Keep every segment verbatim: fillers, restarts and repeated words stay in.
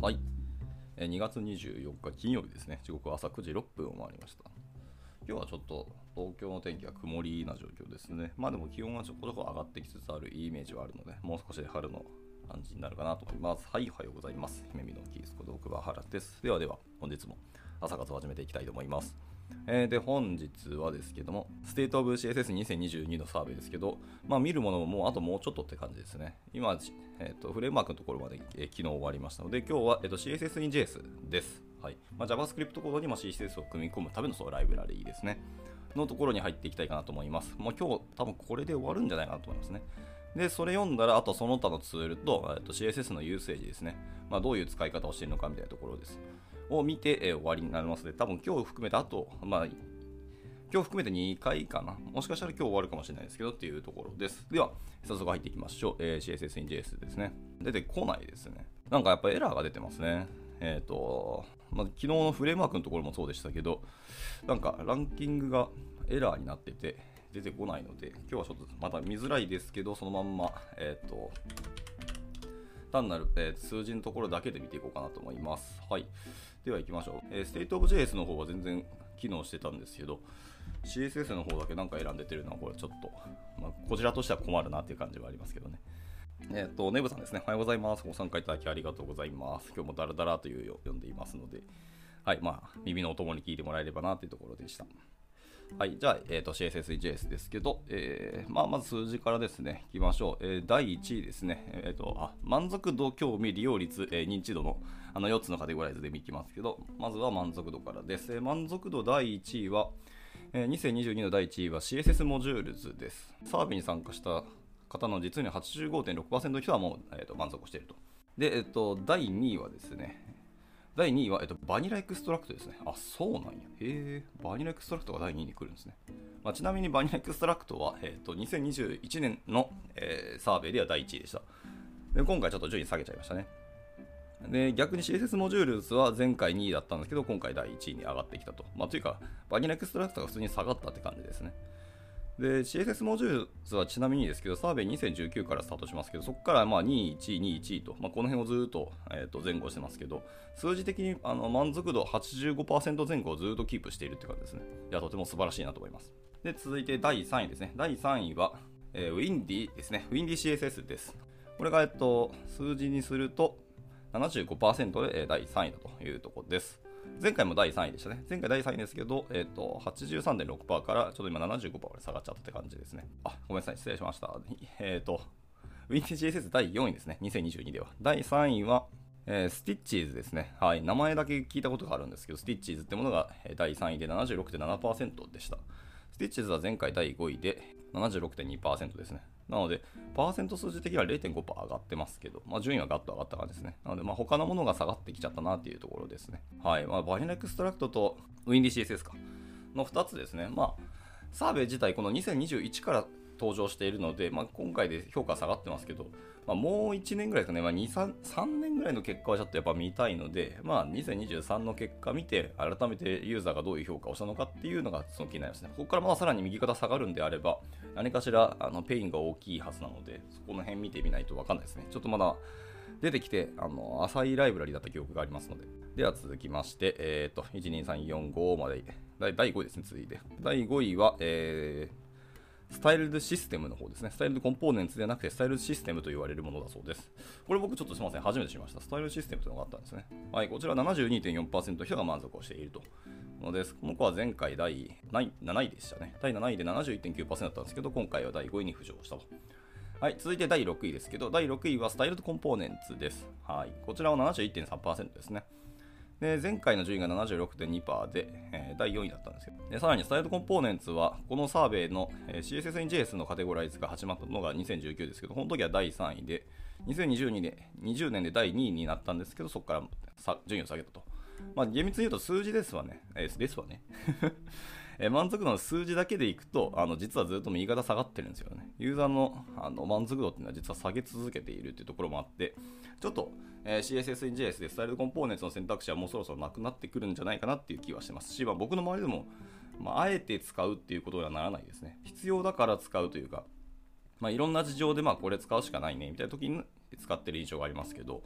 はい。えーにがつにじゅうよっか金曜日ですね。時刻は朝くじろっぷんを回りました。今日はちょっと東京の天気は曇りな状況ですね。まあでも気温はちょこちょこ上がってきつつあるいいイメージはあるので、もう少しで春の感じになるかなと思います。はい、おはようございます。姫美のキースこと奥歯原です。ではでは、本日も朝活を始めていきたいと思います。えー、で、本日はですけども、ステートオブ シーエスエスにせんにじゅうに のサーベイですけど、まあ見るものももうあともうちょっとって感じですね。今、えー、とフレームワークのところまで、えー、昨日終わりましたので、今日は、えー、と シーエスエス に ジェイエス です。はいまあ、JavaScript コードにも シーエスエス を組み込むためのそのライブラリーですね。のところに入っていきたいかなと思います。もう今日多分これで終わるんじゃないかなと思いますね。で、それ読んだら、あとその他のツールと、えー、と シーエスエス のユーセージですね。まあ、どういう使い方をしているのかみたいなところです。を見て、えー、終わりになりますので、多分今日含めてあと、まあ、今日含めてにかいかな。もしかしたら今日終わるかもしれないですけどっていうところです。では、早速入っていきましょう。えー、シーエスエス に ジェイエス ですね。出てこないですね。なんかやっぱエラーが出てますね。えっ、ー、と、まあ、昨日のフレームワークのところもそうでしたけど、なんかランキングがエラーになってて出てこないので、今日はちょっとまた見づらいですけど、そのまんま、えっ、ー、と、単なる、えー、数字のところだけで見ていこうかなと思います。はい。では行きましょう。えー、State of ジェイエス の方は全然機能してたんですけど、シーエスエス の方だけなんか選んでてるのはこれちょっと、まあ、こちらとしては困るなっていう感じはありますけどね。えっと、ネブさんですね。おはようございます。ご参加いただきありがとうございます。今日もダラダラという読んでいますので、はい、まあ、耳のお供に聞いてもらえればなというところでした。はい、じゃあ、えー、と シーエスエス に ジェイエス ですけど、えーまあ、まず数字からですね、いきましょう。えー、だいいちいですね、えーとあ、満足度、興味、利用率、えー、認知度のあのよっつのカテゴライズで見てますけど、まずは満足度からです。えー、満足度だいいちいは、えー、にせんにじゅうにのだいいちいは シーエスエス モジュールズです。サービスに参加した方の実に はちじゅうごてんろくパーセント の人はもう、えー、と満足していると。で、えーと、だいにいはですね、だいにいは、えっと、バニラエクストラクトですね。あ、そうなんや。へえ、バニラエクストラクトがだいにいに来るんですね。まあ、ちなみにバニラエクストラクトは、えっと、にせんにじゅういちねんの、えー、サーベイではだいいちいでした。で、今回ちょっと順位下げちゃいましたね。で、逆に シーエスエス モジュールズは前回にいだったんですけど、今回だいいちいに上がってきたと。まあ、というか、バニラエクストラクトが普通に下がったって感じですね。で、シーエスエス モジュールズはちなみにですけど、サーベイにせんじゅうきゅうからスタートしますけど、そこからまあにい、いちい、にい、いちいと、まあ、この辺をずっと、えー、と前後してますけど、数字的にあの満足度 はちじゅうごパーセント 前後をずっとキープしているって感じですね。いや、とても素晴らしいなと思います。で、続いてだいさんいですね。だいさんいは、えー、ウィンディですね。ウィンディ シーエスエス です。これが、えっと、数字にすると ななじゅうごパーセント でだいさんいだというところです。前回もだいさんいでしたね。前回だいさんいですけど、えっと、はちじゅうさんてんろくパーセント からちょっと今 ななじゅうごパーセント まで下がっちゃったって感じですね。あ、ごめんなさい。失礼しました。えっと、ウィンティージ シーエスエス だいよんいですね。にせんにじゅうにでは。だいさんいは、えー、スティッチーズですね。はい。名前だけ聞いたことがあるんですけど、スティッチーズってものがだいさんいで ななじゅうろくてんななパーセント でした。スティッチーズは前回だいごいで ななじゅうろくてんにパーセント ですね。なので、パーセント数字的には れいてんごパーセント 上がってますけど、まあ、順位はガッと上がった感じですね。なので、まあ、他のものが下がってきちゃったなっていうところですね。はい。まあ、バニラエクストラクトとウィンディ シーエスエス か。のふたつですね。まあ、サーベイ自体、このにせんにじゅういちから登場しているので、まあ、今回で評価下がってますけど、まあ、もういちねんぐらいですかね、まあ、に、さん、さんねんぐらいの結果はちょっとやっぱ見たいので、まあ、にせんにじゅうさんの結果見て、改めてユーザーがどういう評価をしたのかっていうのがその気になりますね。ここからまあさらに右肩下がるんであれば、何かしらあのペインが大きいはずなので、そこの辺見てみないと分かんないですね。ちょっとまだ出てきて、あの浅いライブラリだった記憶がありますので。では続きまして、えー、といち、に、さん、よん、ごまで、だいごいですね、続いて。だいごいは、えースタイルドシステムの方ですね。スタイルドコンポーネンツではなくて、スタイルドシステムと言われるものだそうです。これ僕ちょっとすみません。初めて知りました。スタイルドシステムというのがあったんですね。はい、こちら ななじゅうにてんよんパーセント の人が満足をしていると。ので、この子は前回だいなないでしたね。だいなないで ななじゅういってんきゅうパーセント だったんですけど、今回はだいごいに浮上したと。はい、続いてだいろくいですけど、だいろくいはスタイルドコンポーネンツです。はい、こちらは ななじゅういってんさんパーセント ですね。で前回の順位が ななじゅうろくてんにパーセント で、えー、だいよんいだったんですよ。でさらにスタイルドコンポーネンツはこのサーベイの、えー、シーエスエス に ジェイエス のカテゴライズが始まったのがにせんじゅうきゅうですけど、この時はだいさんいでにせんにじゅうにでにじゅうねんでだいにいになったんですけど、そこからさ順位を下げたと。まあ、厳密に言うと数字ですわね。えー、ですわね。えー、満足度の数字だけでいくと、あの実はずっと右肩下がってるんですよね。ユーザーの、あの満足度っていうのは実は下げ続けているっていうところもあって、ちょっと、えー、シーエスエス に ジェイエス でスタイルドコンポーネンツの選択肢はもうそろそろなくなってくるんじゃないかなっていう気はしてますし、まあ、僕の周りでも、まあ、あえて使うっていうことにはならないですね。必要だから使うというか、まあ、いろんな事情でまあこれ使うしかないねみたいな時に使ってる印象がありますけど、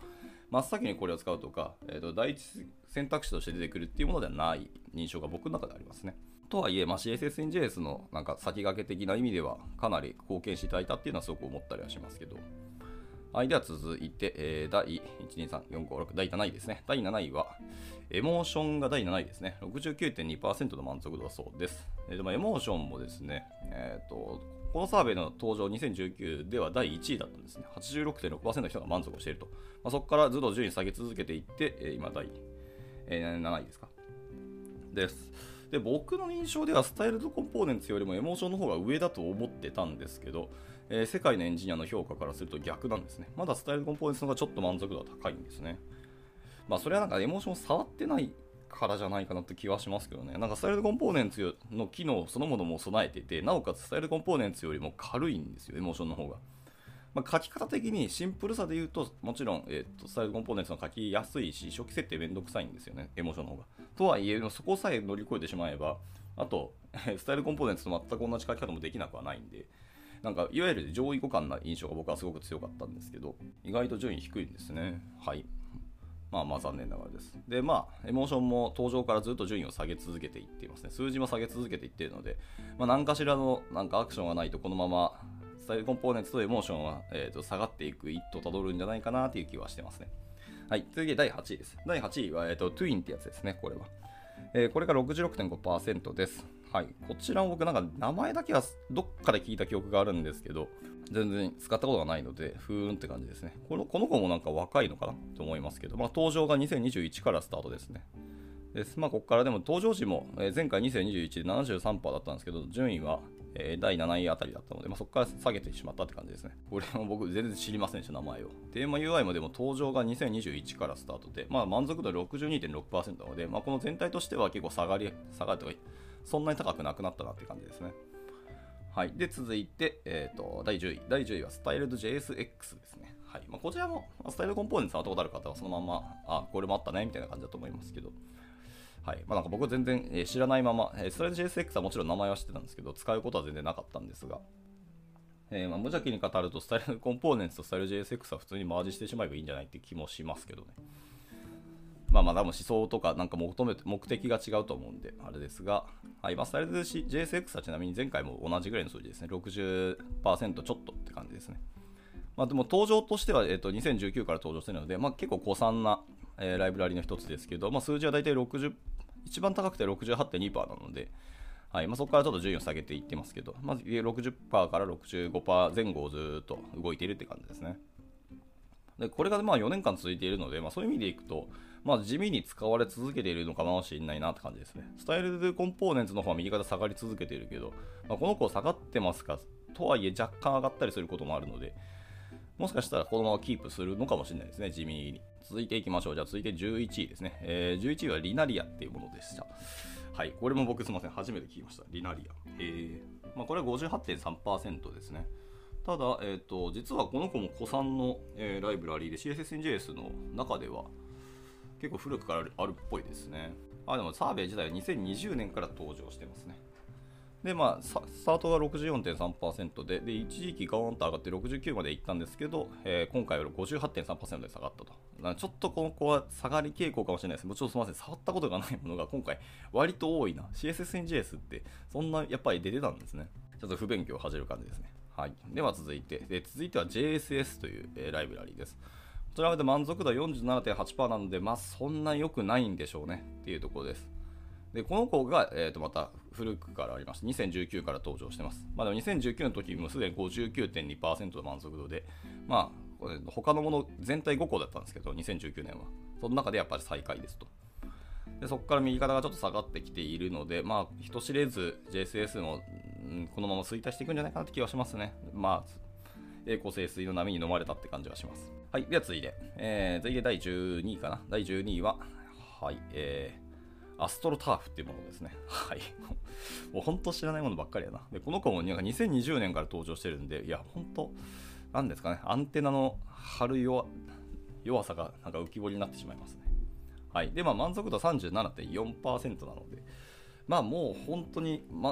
真っ先にこれを使うとか、えー、と第一選択肢として出てくるっていうものではない認証が僕の中でありますね。とはいえ、まあ、シーエスエス イン ジェイエス のなんか先駆け的な意味ではかなり貢献していただいたっていうのはすごく思ったりはしますけど。はい、では続いて、えー、だいいちにさんよんごろくだいなないですね。だいなないはエモーションがだいなないですね。ろくじゅうきゅうてんにパーセント の満足度だそうです。えー、でもエモーションもですね、えーと、このサーベイの登場にせんじゅうきゅうではだいいちいだったんですね。はちじゅうろくてんろくパーセント の人が満足をしていると。まあ、そこからずっと順位下げ続けていって、えー、今だいなないですか。です。で、僕の印象ではスタイルドコンポーネンツよりもエモーションの方が上だと思ってたんですけど、えー、世界のエンジニアの評価からすると逆なんですね。まだスタイルコンポーネンツの方がちょっと満足度は高いんですね。まあそれはなんかエモーション触ってないからじゃないかなって気はしますけどね。なんかスタイルコンポーネンツの機能そのものも備えていて、なおかつスタイルコンポーネンツよりも軽いんですよ、エモーションの方が。まあ、書き方的にシンプルさで言うと、もちろん、えー、とスタイルコンポーネンツの書きやすいし、初期設定めんどくさいんですよね、エモーションの方が。とはいえ、そこさえ乗り越えてしまえば、あと、スタイルコンポーネンツと全く同じ書き方もできなくはないんで、なんかいわゆる上位互換な印象が僕はすごく強かったんですけど、意外と順位低いんですね。はい。まあまあ残念ながらです。で、まあ、エモーションも登場からずっと順位を下げ続けていっていますね。数字も下げ続けていっているので、まあ、何かしらのなんかアクションがないとこのまま、スタイルコンポーネンツとエモーションは、えー、と下がっていく一途たどるんじゃないかなという気はしてますね。はい、次だいはちいです。だいはちいは、えー、と Twin ってやつですね、これは。えー、これが ろくじゅうろくてんごパーセント です。はい、こちらも僕なんか名前だけはどっかで聞いた記憶があるんですけど、全然使ったことがないので、ふーんって感じですね。この、この子もなんか若いのかなと思いますけど、まあ、登場がにせんにじゅういちからスタートですね。です。まあ、ここからでも登場時も、えー、前回にせんにじゅういちで ななじゅうさんパーセント だったんですけど、順位はえー、だいなないあたりだったので、まあ、そこから下げてしまったって感じですね。これも僕全然知りませんでした、名前を。テーマ ユーアイ もでも登場がにせんにじゅういちからスタートで、まあ、満足度 ろくじゅうにてんろくパーセント なので、まあ、この全体としては結構下がり、下がるとか、そんなに高くなくなったなって感じですね。はい。で、続いて、えー、とだいじゅうい。だいじゅういは StyledJSX ですね。はい。まあ、こちらも、スタイルコンポーネンツ触ったことある方はそのまま、あ、これもあったね、みたいな感じだと思いますけど、はいまあ、なんか僕は全然、えー、知らないまま、えー、ストライド ジェイエスエックス はもちろん名前は知ってたんですけど、使うことは全然なかったんですが、えーまあ、無邪気に語ると、スタイルコンポーネンツとスタイル ジェイエスエックス は普通にマージしてしまえばいいんじゃないって気もしますけどね。まあまあ、多分思想とかなんか求めて目的が違うと思うんで、あれですが、はいまあ、スタイル ジェイエスエックス はちなみに前回も同じぐらいの数字ですね。ろくじゅっパーセント ちょっとって感じですね。まあ、でも登場としては、えー、とにせんじゅうきゅうから登場しているので、まあ、結構古参な、えー、ライブラリの一つですけど、まあ、数字はだいたいろくじゅう、一番高くて ろくじゅうはちてんにパーセント なので、はいまあ、そこからちょっと順位を下げていってますけど、まず ろくじゅっパーセント から ろくじゅうごパーセント 前後をずっと動いているって感じですね。でこれがまあよねんかん続いているので、まあ、そういう意味でいくと、まあ、地味に使われ続けているのかもしれないなって感じですね。スタイルコンポーネンツの方は右肩下がり続けているけど、まあ、この子下がってますかとはいえ若干上がったりすることもあるので、もしかしたらこのままキープするのかもしれないですね、地味に。続いていきましょう。じゃあ続いてじゅういちいですね。えー、じゅういちいはリナリアっていうものでした。はい、これも僕すみません、初めて聞きました。リナリア。えー、まあ、これは ごじゅうはちてんさんパーセント ですね。ただ、えーと、実はこの子も古参の、えー、ライブラリーで シーエスエス イン ジェイエス の中では結構古くからあるっぽいですね。あ、でもサーベイ自体はにせんにじゅうねんから登場してますね。で、まあ、スタートが ろくじゅうよんてんさんパーセント で、で、一時期ガーンと上がってろくじゅうきゅうまでいったんですけど、えー、今回は ごじゅうはちてんさんパーセント で下がったと。なんちょっとこの子は下がり傾向かもしれないです。もちろんすみません、触ったことがないものが今回割と多いな。シーエスエス イン ジェイエス ってそんなやっぱり出てたんですね。ちょっと不勉強を始める感じですね。はい。では続いて、で続いては ジェイエスエス という、えー、ライブラリーです。こちらで満足度は よんじゅうななてんはちパーセント なので、まあそんな良くないんでしょうねっていうところです。でこの子が、えー、とまた古くからありましてにせんじゅうきゅうから登場してます。まあ、でもにせんじゅうきゅうの時もすでに ごじゅうきゅうてんにパーセント の満足度で、まあ、これ他のもの全体ごこだったんですけど、にせんじゅうきゅうねんは。その中でやっぱり最下位ですと。でそこから右肩がちょっと下がってきているので、まあ、人知れず ジェイエスエス も、うん、このまま衰退していくんじゃないかなって気はしますね。まあ、栄光盛衰の波に飲まれたって感じはします。はい、では続いて、えー、続いてだいじゅうにいかな。だいじゅうにいは、はい、えー、アストロターフっていうものですね。はい。もう本当知らないものばっかりやな。で、この子もなんかにせんにじゅうねんから登場してるんで、いや、本当なんですかね、アンテナの張る 弱, 弱さがなんか浮き彫りになってしまいますね。はい。で、まあ、満足度 さんじゅうななてんよんパーセント なので、まあ、もう本当に、ま、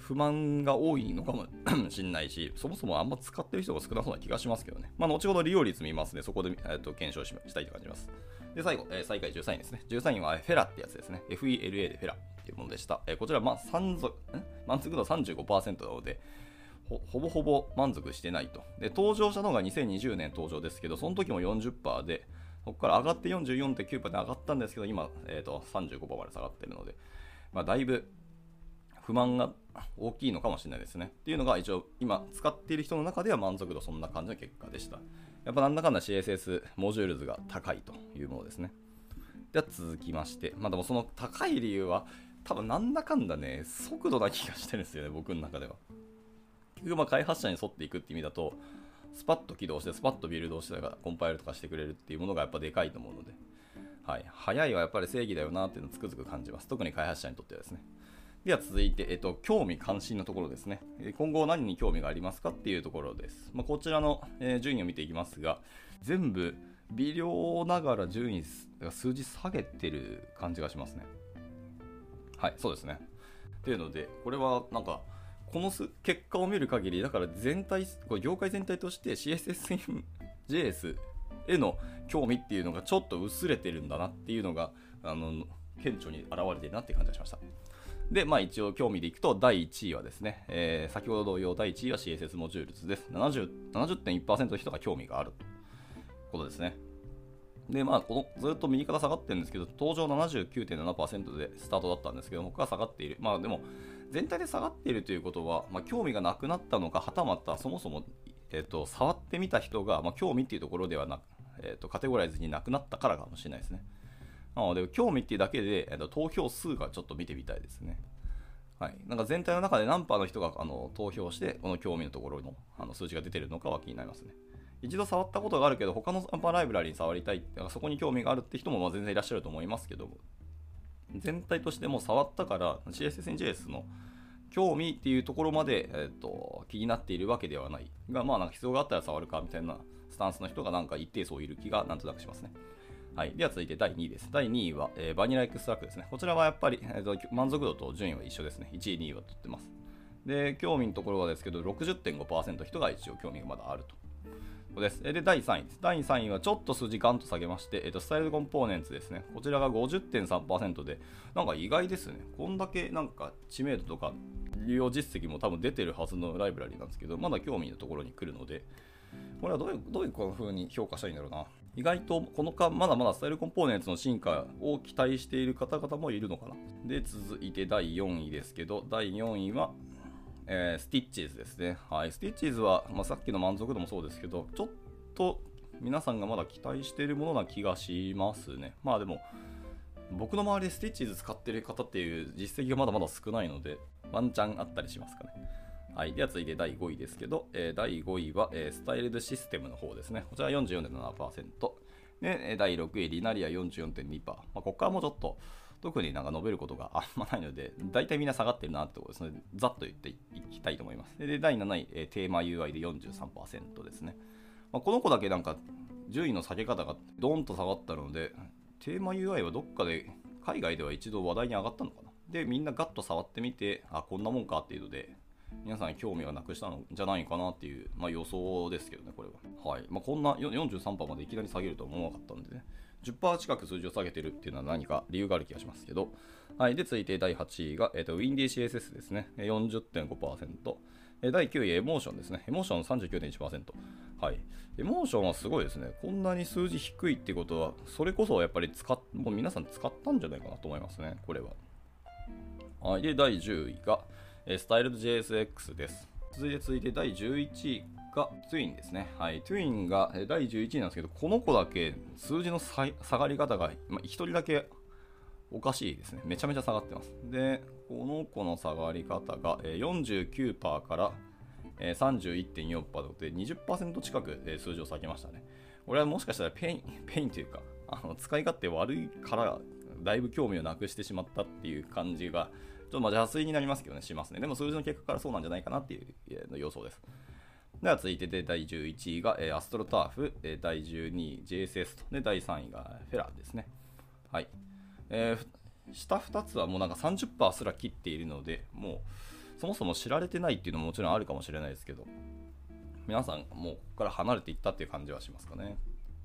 不満が多いのかもしれないし、そもそもあんま使ってる人が少なそうな気がしますけどね。まあ、後ほど利用率見ますね。そこで、えー、と検証ししたいと感じます。で、最後、えー、最下位じゅうさんいですね。じゅうさんいはフェラってやつですね。エフイーエルエー でフェラっていうものでした。えー、こちら、まあ、満足度 さんじゅうごパーセント なので、ほ, ほぼほぼ満足してないと。で、登場したのがにせんにじゅうねん登場ですけど、その時も よんじゅっパーセント で、そこから上がって よんじゅうよんてんきゅうパーセント で上がったんですけど、今、えー、と さんじゅうごパーセント まで下がってるので、まあ、だいぶ不満が大きいのかもしれないですね。っていうのが一応今使っている人の中では満足度そんな感じの結果でした。やっぱなんだかんだ シーエスエス モジュールズが高いというものですね。では続きまして、まあでもその高い理由は多分なんだかんだね、速度な気がしてるんですよね、僕の中では。結局まあ開発者に沿っていくって意味だと、スパッと起動してスパッとビルドをしてコンパイルとかしてくれるっていうものがやっぱでかいと思うので、はい、早いはやっぱり正義だよなっていうのをつくづく感じます。特に開発者にとってはですね。では続いて、えっと、興味関心のところですね。今後何に興味がありますかっていうところです。まあ、こちらの、えー、順位を見ていきますが、全部微量ながら順位数字下げてる感じがしますね。はい、そうですね。っていうので、これはなんかこの結果を見る限り、だから全体、これ業界全体として シーエスエス ジェイエス への興味っていうのがちょっと薄れてるんだなっていうのがあの顕著に現れてるなっていう感じがしました。で、まあ一応興味でいくとだいいちいはですね、えー、先ほど同様だいいちいは シーエスエス モジュールズです。ななじゅうてんいちパーセント の人が興味があるということですね。で、まあこのずっと右肩下がってるんですけど、登場 ななじゅうきゅうてんななパーセント でスタートだったんですけど、他は下がっている。まあでも全体で下がっているということは、まあ、興味がなくなったのか、はたまたそもそも、えー、と触ってみた人が、まあ、興味っていうところではなく、えー、とカテゴライズになくなったからかもしれないですね。なので興味っていうだけで、えー、と投票数がちょっと見てみたいですね。はい、なんか全体の中で何パーの人があの投票してこの興味のところのあの数字が出てるのかは気になりますね。一度触ったことがあるけど他のナンパライブラリに触りたい、そこに興味があるって人もまあ全然いらっしゃると思いますけども、全体としても触ったから シーエスエス に ジェイエス の興味っていうところまで、えー、と気になっているわけではないが、まあなんか必要があったら触るかみたいなスタンスの人がなんか一定層いる気がなんとなくしますね。はい、では続いてだいにいです。だいにいは、えー、バニラエクストラクトですね。こちらはやっぱり、えー、と満足度と順位は一緒ですね。いちい、にいは取ってます。で、興味のところはですけど ろくじゅってんごパーセント 人が一応興味がまだあると。ここです。で、だいさんいです。だいさんいはちょっと数字ガンと下げまして、えー、とスタイルコンポーネンツですね。こちらが ごじゅってんさんパーセント で、なんか意外ですね。こんだけなんか知名度とか利用実績も多分出てるはずのライブラリなんですけど、まだ興味のところに来るので、これはどういう、どういう風に評価したらいいんだろうな。意外とこの間まだまだスタイルコンポーネンツの進化を期待している方々もいるのかな。で、続いてだいよんいですけど、だいよんいは、えー、スティッチーズですね。はい、スティッチーズは、まあ、さっきの満足度もそうですけど、ちょっと皆さんがまだ期待しているものな気がしますね。まあでも、僕の周りでスティッチーズ使っている方っていう実績がまだまだ少ないので、ワンチャンあったりしますかね。はい、では続いてだいごいですけど、えー、だいごいは、えー、スタイルドシステムの方ですね。こちら よんじゅうよんてんななパーセント。で、だいろくい、リナリア よんじゅうよんてんにパーセント。まあ、ここからもうちょっと、特になんか述べることがあんまないので、大体みんな下がってるなってところですね。ざっと言っていきたいと思います。で、だいなない、えー、テーマ ユーアイ で よんじゅうさんパーセント ですね。まあ、この子だけなんか、順位の下げ方がドーンと下がったので、テーマ ユーアイ はどっかで、海外では一度話題に上がったのかな。で、みんなガッと触ってみて、あ、こんなもんかっていうので、皆さん興味がなくしたのじゃないかなっていう、まあ、予想ですけどね、これは。はい。まあ、こんな よんじゅうさんパーセント までいきなり下げるとは思わなかったんでね、じゅっパーセント 近く数字を下げてるっていうのは何か理由がある気がしますけど、はい。で、続いてだいはちいが、えーと、WindyCSS ですね、よんじゅってんごパーセント。だいきゅうい、エモーションですね。エモーション さんじゅうきゅうてんいちパーセント。はい。エモーションはすごいですね。こんなに数字低いってことは、それこそやっぱり使っ、もう皆さん使ったんじゃないかなと思いますね、これは。はい。で、だいじゅういが、スタイルド ジェイエスエックス です。続いて続いてだいじゅういちいが Twin ですね。はい。Twin がだいじゅういちいなんですけど、この子だけ数字の下がり方が、まあ、ひとりだけおかしいですね。めちゃめちゃ下がってます。で、この子の下がり方が よんじゅうきゅうパーセント から さんじゅういってんよんパーセント で にじゅっパーセント 近く数字を下げましたね。これはもしかしたらペイン、ペインというか、あの使い勝手悪いからだいぶ興味をなくしてしまったっていう感じが、ちょっとまあ邪推になりますけどね、しますね。でも数字の結果からそうなんじゃないかなっていう予想です。では続いてでだいじゅういちいが、えー、アストロターフ、えー、だいじゅうにい ジェイエスエス と、でだいさんいがフェラですね。はい。えー、下ふたつはもうなんか さんじゅっパーセント すら切っているので、もうそもそも知られてないっていうのももちろんあるかもしれないですけど、皆さんもうここから離れていったっていう感じはしますかね。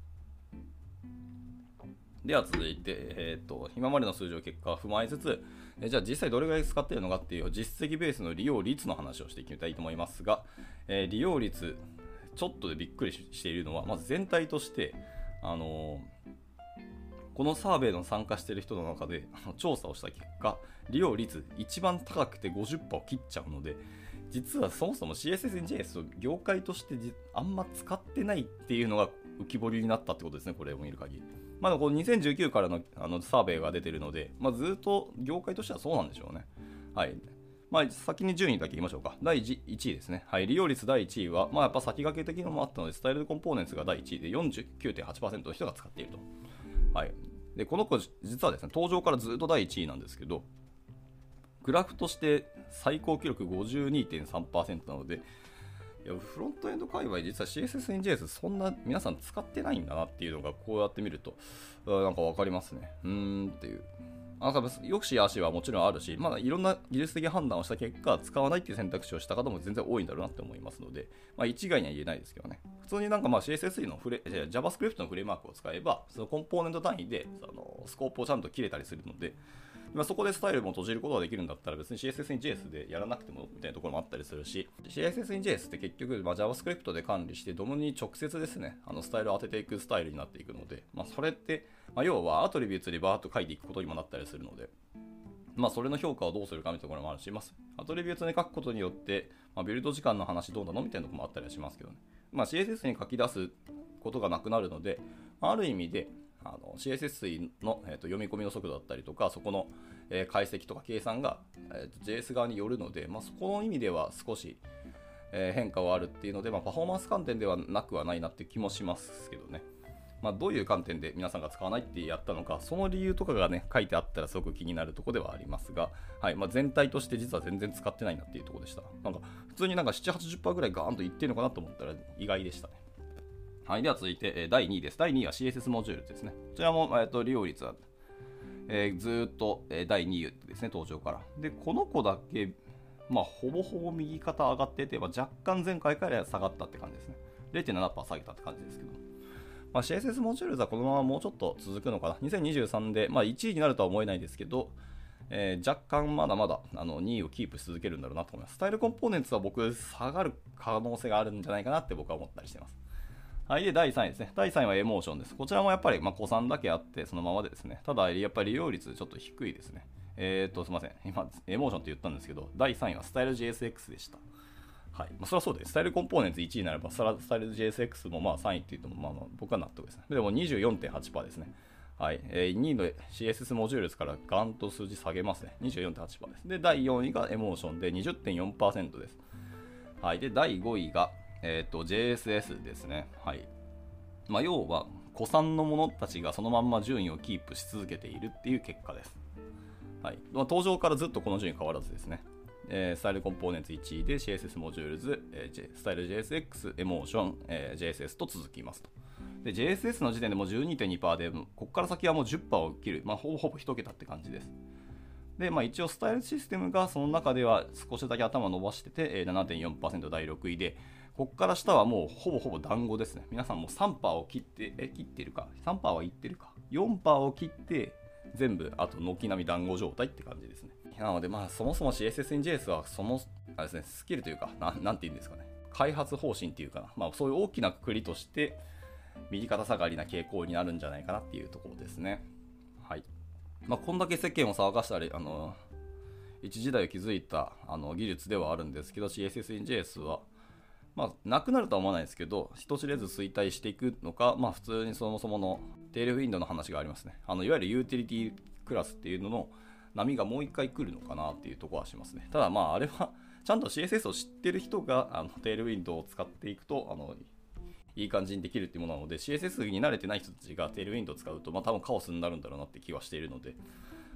では続いて、えー、と今までの数字の結果を踏まえつつ、えじゃあ実際どれぐらい使っているのかっていう実績ベースの利用率の話をしていきたいと思いますが、えー、利用率ちょっとでびっくりしているのは、まず全体として、あのー、このサーベイの参加している人の中であの調査をした結果、利用率一番高くて ごじゅっパーセント を切っちゃうので、実はそもそも シーエスエス エヌジェーエス を業界としてあんま使ってないっていうのが浮き彫りになったってことですね、これを見る限り。まだこうにせんじゅうきゅうから の, あのサーベイが出てるので、まあ、ずっと業界としてはそうなんでしょうね。はい。まあ、先に順位だけ言いましょうか。だいいちいですね。はい。利用率だいいちいは、まあ、やっぱ先駆け的なのもあったので、スタイルコンポーネンツがだいいちいで よんじゅうきゅうてんはちパーセント の人が使っていると。はい。で、この子、実はですね、登場からずっとだいいちいなんですけど、グラフとして最高記録 ごじゅうにてんさんパーセント なので、いやフロントエンド界隈実は シーエスエス エヌジェーエス そんな皆さん使ってないんだなっていうのがこうやって見るとなんか分かりますね。うーんっていう。なんかよくしやしはもちろんあるし、まだいろんな技術的判断をした結果使わないっていう選択肢をした方も全然多いんだろうなって思いますので、まあ、一概には言えないですけどね。普通になんかまあ シーエスエス のフレ JavaScript のフレームワークを使えばそのコンポーネント単位でそのスコープをちゃんと切れたりするので、まあ、そこでスタイルも閉じることができるんだったら別に シーエスエス に ジェイエス でやらなくてもみたいなところもあったりするし、 シーエスエス に ジェイエス って結局、まあ、JavaScript で管理してドムに直接ですねあのスタイルを当てていくスタイルになっていくので、まあ、それって、まあ、要はアトリビューツでバーッと書いていくことにもなったりするので、まあ、それの評価をどうするかみたいなところもあるし、まあ、アトリビューツに書くことによって、まあ、ビルド時間の話どうなのみたいなところもあったりはしますけどね。まあ、シーエスエス に書き出すことがなくなるので、ある意味であの シーエスエス の、えー、と読み込みの速度だったりとか、そこの、えー、解析とか計算が、えー、と ジェイエス 側によるので、まあ、そこの意味では少し、えー、変化はあるっていうので、まあ、パフォーマンス観点ではなくはないなっていう気もしますけどね。まあ、どういう観点で皆さんが使わないってやったのか、その理由とかがね書いてあったらすごく気になるところではありますが、はい、まあ、全体として実は全然使ってないなっていうところでした。なんか普通になんか ななじゅう、はちじゅっパーセント ぐらいガーンといってるのかなと思ったら意外でしたね。はい、では続いて、えー、だいにいです。だいにいは シーエスエス モジュールですね。こちらも、えー、と利用率は、えー、ずーっと、えー、だいにいですね、登場から。で、この子だけ、まあ、ほぼほぼ右肩上がってて、まあ、若干前回から下がったって感じですね。れいてんななパーセント 下げたって感じですけど。まあ、シーエスエス モジュールはこのままもうちょっと続くのかな。にせんにじゅうさんで、まあ、いちいになるとは思えないですけど、えー、若干まだまだあのにいをキープし続けるんだろうなと思います。スタイルコンポーネンツは僕下がる可能性があるんじゃないかなって僕は思ったりしてます。はい、でだいさんいですね。だいさんいはエモーションです。こちらもやっぱりまあ古参だけあってそのままでですね。ただやっぱり利用率ちょっと低いですね。えー、っとすみません。今エモーションって言ったんですけど、だいさんいはスタイル ジェイエスエックス でした。はい。まあ、それはそうです。スタイルコンポーネンツいちいになればスタイル ジェイエスエックス もまあさんいって言ってもまあまあ僕は納得ですね。でも にじゅうよんてんはちパーセント ですね。はい。えー、にいの シーエスエス モジュールですからガンと数字下げますね。にじゅうよんてんはちパーセント です。で、だいよんいがエモーションで にじゅってんよんパーセント です。はい。で、だいごいが、えー、と ジェイエスエス ですね。はい。まあ、要は古参の者たちがそのまんま順位をキープし続けているっていう結果です。はい。まあ、登場からずっとこの順位変わらずですね。えー、スタイルコンポーネンツいちいで シーエスエス モジュールズ、えー、スタイル ジェイエスエックス、エモーション、えー、ジェイエスエス と続きますと。で ジェイエスエス の時点でも じゅうにてんにパーセント で、ここから先はもう じゅっパーセント を切る、まあ、ほぼほぼいち桁って感じです。で、まあ、一応スタイルシステムがその中では少しだけ頭を伸ばしてて ななてんよんパーセント だいろくいで、ここから下はもうほぼほぼ団子ですね。皆さんもう さんパーセント を切って、え、切ってるか ?さんパーセント はいってるか ?よんパーセント を切って全部あと軒並み団子状態って感じですね。なのでまあそもそも シーエスエス に ジェイエス はそのあれですね、スキルというかな、なんて言うんですかね。開発方針っていうかな。まあそういう大きな括りとして右肩下がりな傾向になるんじゃないかなっていうところですね。はい。まあこんだけ世間を騒がしたり、あの、一時代を築いたあの技術ではあるんですけど シーエスエス に ジェイエス はまあ、なくなるとは思わないですけど、人知れず衰退していくのか、まあ、普通にそもそものテールウィンドの話がありますね。あのいわゆるユーティリティクラスっていうのの波がもう一回来るのかなっていうところはしますね。ただ、まあ、あれはちゃんと シーエスエス を知ってる人があのテールウィンドを使っていくとあのいい感じにできるっていうものなので、シーエスエス に慣れてない人たちがテールウィンドを使うと、まあ、多分カオスになるんだろうなって気はしているので、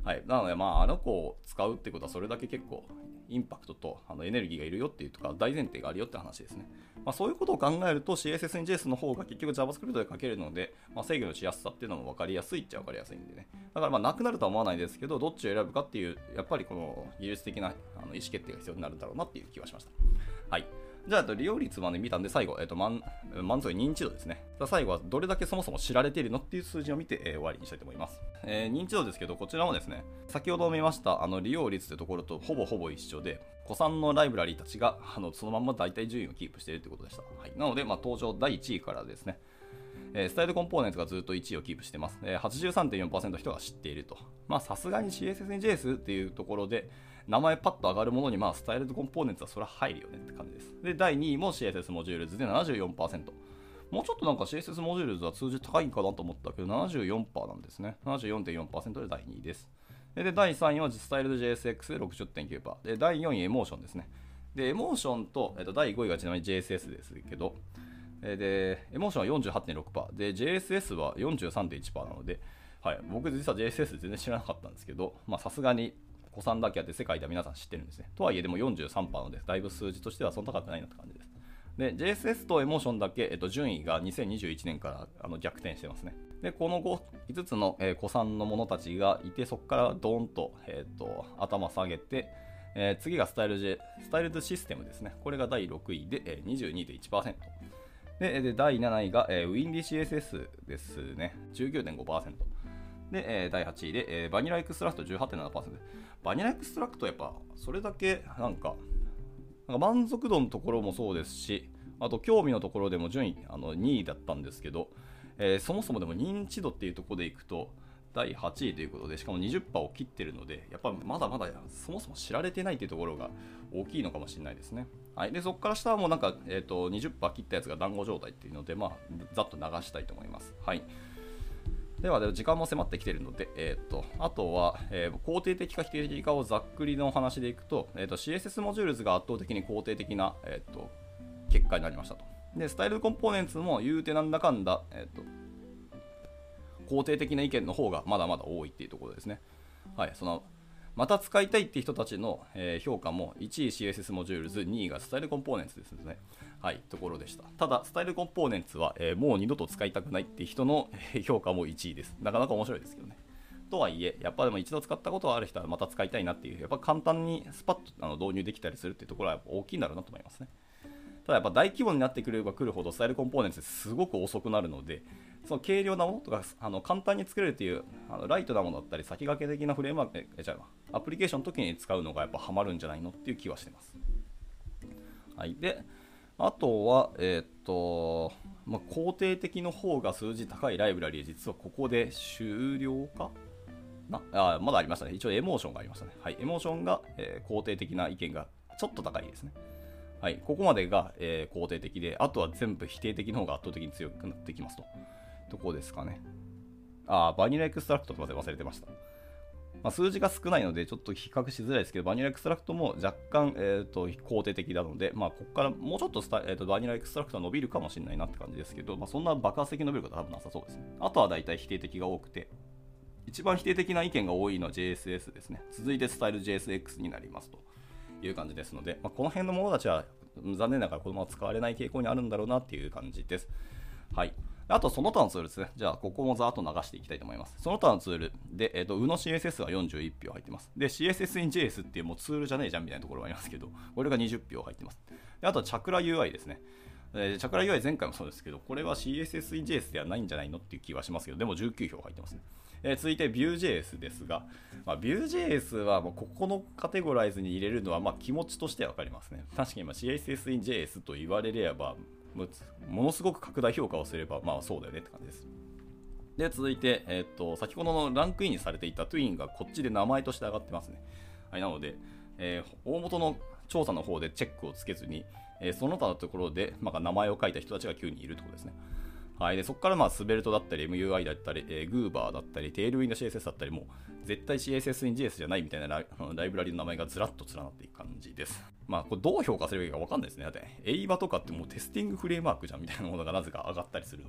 はい、なので、まあ、あの子を使うってことはそれだけ結構インパクトとあのエネルギーがいるよっていうとか大前提があるよって話ですね。まあ、そういうことを考えると シーエスエス に ジェイエス の方が結局 JavaScript で書けるので、まあ、制御のしやすさっていうのも分かりやすいっちゃ分かりやすいんでね。だからまあなくなるとは思わないですけど、どっちを選ぶかっていうやっぱりこの技術的なあの意思決定が必要になるんだろうなっていう気がしました。はい。じゃあ、利用率まで見たんで、最後、えっと、満満足認知度ですね。最後はどれだけそもそも知られているのっていう数字を見て、えー、終わりにしたいと思います。えー、認知度ですけど、こちらもですね、先ほど見ましたあの利用率というところとほぼほぼ一緒で、古参のライブラリーたちがあのそのまま大体順位をキープしているということでした。はい、なので、まあ、登場だいいちいからですね、えー、スタイルコンポーネンツがずっといちいをキープしてます。えー、はちじゅうさんてんよんパーセント の人が知っていると。まあ、さすがに シーエスエス に ジェイエス っていうところで、名前パッと上がるものに、まあ、スタイルコンポーネンツはそれは入るよねって感じです。で、だいにいも シーエスエス モジュールズで ななじゅうよんパーセント。もうちょっとなんか シーエスエス モジュールズは数字高いかなと思ったけど、ななじゅうよんパーセント なんですね。ななじゅうよんてんよんパーセント でだいにいです。で、だいさんいはスタイル ジェイエスエックス で ろくじゅってんきゅうパーセント。で、だいよんいエモーションですね。で、エモーションと、えっと、だいごいがちなみに ジェイエスエス ですけど、で、エモーションは よんじゅうはちてんろくパーセント。で、ジェイエスエス は よんじゅうさんてんいちパーセント なので、はい、僕実は ジェイエスエス 全然知らなかったんですけど、まあさすがに古参だけあって世界では皆さん知ってるんですね。とはいえでも よんじゅうさんパーセント なので、だいぶ数字としてはそんな高くないなって感じです。で、ジェイエスエス とエモーションだけ、えっと、順位がにせんにじゅういちねんからあの逆転してますね。で、この 5, いつつの、えー、古参の者たちがいて、そこからドーンと、えー、と頭下げて、えー、次がスタイル、J、スタイルズシステムですね。これがだいろくいで、えー、にじゅうにてんいちパーセント。で、でだいなないが、えー、WindyCSS ですね。じゅうきゅうてんごパーセント。で、えー、だいはちいで、えー、バニラエクストラクト じゅうはちてんななパーセント。バニラエクストラクトやっぱそれだけなんか、なんか満足度のところもそうですし、あと興味のところでも順位あのにいだったんですけど、えー、そもそもでも認知度っていうところでいくとだいはちいということで、しかも にじゅっパーセント を切ってるので、やっぱまだまだそもそも知られてないっていうところが大きいのかもしれないですね。はい、でそこから下はもうなんか、えー、と にじゅっパーセント 切ったやつが団子状態っていうので、まあ、ざっと流したいと思います。はい、では、時間も迫ってきているので、えー、とあとは、えー、肯定的か否定的かをざっくりの話でいくと、えー、と シーエスエス モジュールズが圧倒的に肯定的な、えー、と結果になりましたと。で、スタイルコンポーネンツも言うてなんだかんだ、えー、と肯定的な意見の方がまだまだ多いっていうところですね。はい、そのまた使いたいっていう人たちの、えー、評価もいちい シーエスエス モジュールズ、にいがスタイルコンポーネンツですね。はい、ところでした。ただ、スタイルコンポーネンツは、えー、もう二度と使いたくないっていう人の評価もいちいです。なかなか面白いですけどね。とはいえ、やっぱでも一度使ったことがある人はまた使いたいなっていう、やっぱ簡単にスパッとあの導入できたりするっていうところはやっぱ大きいんだろうなと思いますね。ただやっぱ大規模になってくればくるほどスタイルコンポーネンツってすごく遅くなるので、その軽量なものとかあの簡単に作れるっていうあのライトなものだったり先駆け的なフレームワークえじゃあアプリケーションの時に使うのがやっぱハマるんじゃないのっていう気はしてます。はい、であとはえー、っと、まあ、肯定的の方が数字高いライブラリー実はここで終了かなあまだありましたね。一応エモーションがありましたね。はい、エモーションが、えー、肯定的な意見がちょっと高いですね。はい、ここまでが、えー、肯定的で、あとは全部否定的の方が圧倒的に強くなってきますと。どこですかね。あ、バニラエクストラクトと忘れてました。まあ、数字が少ないのでちょっと比較しづらいですけど、バニラエクストラクトも若干、えー、と肯定的なので、まあ、ここからもうちょっとスタ、えー、とバニラエクストラクトは伸びるかもしれないなって感じですけど、まあ、そんな爆発的に伸びることは多分なさそうですね。あとは大体否定的が多くて、一番否定的な意見が多いのは ジェイエスエス ですね。続いてスタイル ジェイエスエックス になりますという感じですので、まあ、この辺の者たちは残念ながらこのまま使われない傾向にあるんだろうなっていう感じです。はい。あと、その他のツールですね。じゃあ、ここもざーっと流していきたいと思います。その他のツールで、えっと、ウの シーエスエス がよんじゅういちひょう入ってます。で、シーエスエス in ジェイエス っていうもうツールじゃねえじゃんみたいなところがありますけど、これがにじゅっぴょう入ってます。であとは、チャクラ ユーアイ ですね。えー、チャクラ ユーアイ 前回もそうですけど、これは シーエスエス in ジェイエス ではないんじゃないのっていう気はしますけど、でもじゅうきゅうひょう入ってますね。えー、続いて Vue.js ですが、まあ、Vue.js はもうここのカテゴライズに入れるのはまあ気持ちとしては分かりますね。確かに今 シーエスエス in ジェイエス と言われれば、ものすごく拡大評価をすれば、まあそうだよねって感じです。で、続いて、えー、っと、先ほどのランクインにされていた Twin がこっちで名前として上がってますね。はい、なので、えー、大元の調査の方でチェックをつけずに、えー、その他のところで、まあ、名前を書いた人たちがきゅうにんいるってことですね。はい、でそこからまあスベルトだったり エムユーアイ だったり、えー、グーバーだったりテールウィンド シーエスエス だったりも絶対 シーエスエス in ジェイエス じゃないみたいなライ、ライブラリの名前がずらっと連なっていく感じです。まあこれどう評価すればいいか分かんないですね。だってエイバとかってもうテスティングフレームワークじゃんみたいなものがなぜか上がったりするので、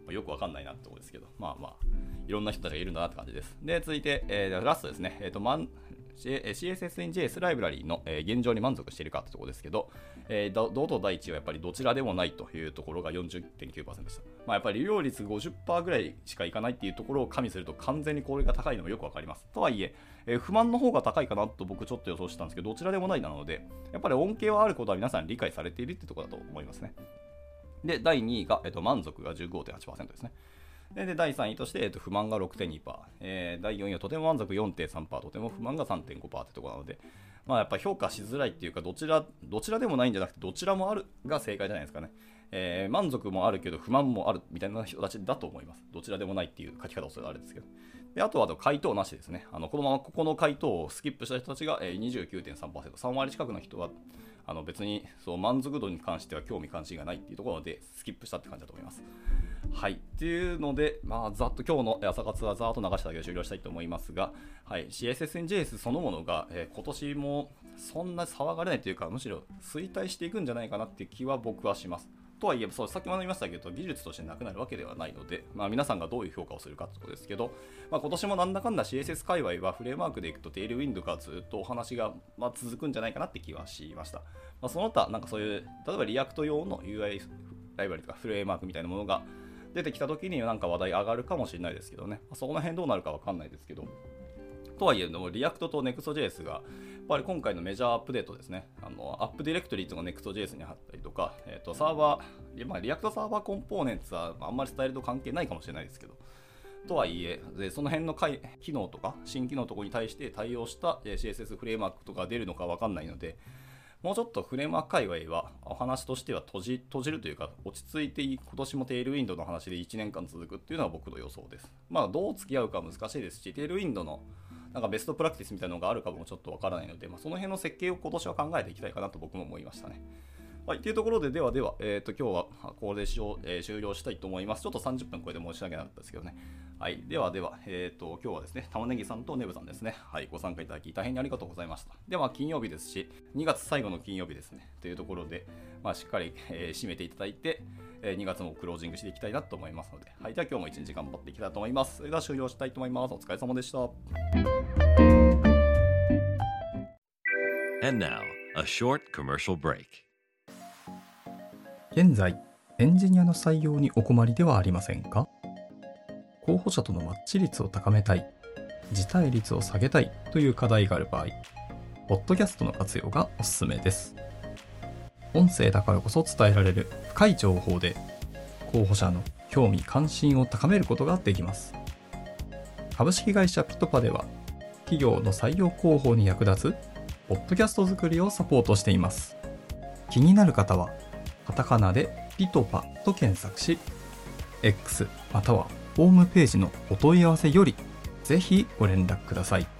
まあ、よくわかんないなってところですけど、まあまあ、いろんな人たちがいるんだなって感じです。で、続いて、えー、ラストですね。えっと、マン シーエスエス イン ジェイエス ライブラリーの、えー、現状に満足しているかってところですけど、えー、堂々第一はやっぱりどちらでもないというところが よんじゅってんきゅうパーセント でした。まあ、やっぱり利用率 ごじゅっパーセント ぐらいしかいかないっていうところを加味すると完全にこれが高いのもよくわかります。とはいえ、えー、不満の方が高いかなと僕ちょっと予想したんですけど、どちらでもないなので、やっぱり恩恵はあることは皆さん理解されているってところだと思いますね。で、だいにいが、えっと、満足が じゅうごてんはちパーセント ですね。で、だいさんいとして、えっと、不満が ろくてんにパーセント、えー、だいよんいはとても満足 よんてんさんパーセント、とても不満が さんてんごパーセント ってところなので、まあやっぱ評価しづらいっていうか、どちら、どちらでもないんじゃなくて、どちらもあるが正解じゃないですかね。えー、満足もあるけど不満もあるみたいな人たちだと思います。どちらでもないっていう書き方をするあれですけど。で、あとは回答なしですね。あのこのままここの回答をスキップした人たちが にじゅうきゅうてんさんパーセント、さん割近くの人はあの別にそう満足度に関しては興味関心がないっていうところでスキップしたって感じだと思います。はい。っていうので、まあ、ざっと今日の朝活はざーっと流しただけで終了したいと思いますが、はい、シーエスエス イン ジェイエス そのものが、えー、今年もそんな騒がれないというか、むしろ衰退していくんじゃないかなっていう気は僕はします。とはいえ、そう、さっきも言いましたけど、技術としてなくなるわけではないので、まあ、皆さんがどういう評価をするかってことですけど、まあ、今年もなんだかんだ シーエスエス 界隈はフレームワークでいくとテールウィンドがずっとお話が、まあ、続くんじゃないかなって気はしました。まあ、その他、なんかそういう、例えばリアクト用の ユーアイ ライブラリとかフレームワークみたいなものが出てきた時になんか話題上がるかもしれないですけどね、まあ、そこの辺どうなるかわかんないですけど、とはいえ、リアクトと ネクストジェイエス が、やっぱり今回のメジャーアップデートですね、あのアップディレクトリーとか ネクストジェイエス に貼ったりとか、えー、とサーバー、まあ、リアクトサーバーコンポーネンツはあんまりスタイルと関係ないかもしれないですけど、とはいえ、でその辺の機能とか、新機能とかに対して対応した シーエスエス フレームワークとか出るのかわかんないので、もうちょっとフレームワーク界隈はお話としては閉じ、閉じるというか落ち着いて今年もテールウィンドの話でいちねんかん続くっていうのは僕の予想です。まあどう付き合うか難しいですし、テールウィンドのなんかベストプラクティスみたいなのがあるかもちょっとわからないので、まあ、その辺の設計を今年は考えていきたいかなと僕も思いましたね。はい、というところで、ではでは、えー、と今日はこれでしょ、えー、終了したいと思います。ちょっとさんじゅっぷんこれで申し訳なかったですけどね。はい、ではでは、えー、と今日はですね、玉ねぎさんとネブさんですね、はい、ご参加いただき大変にありがとうございました。では、金曜日ですし、にがつ最後の金曜日ですね、というところで、まあ、しっかり、えー、締めていただいて、えー、にがつもクロージングしていきたいなと思いますので、はい、では今日もいちにち頑張っていきたいと思います。それでは終了したいと思います。お疲れ様でした。 And now, a short commercial break. 現在、エンジニアの採用にお困りではありませんか？候補者とのマッチ率を高めたい、辞退率を下げたいという課題がある場合、ポッドキャストの活用がおすすめです。音声だからこそ伝えられる深い情報で、候補者の興味関心を高めることができます。株式会社ピトパでは、企業の採用広報に役立つポッドキャスト作りをサポートしています。気になる方は、カタカナでピトパと検索し、X またはホームページのお問い合わせよりぜひご連絡ください。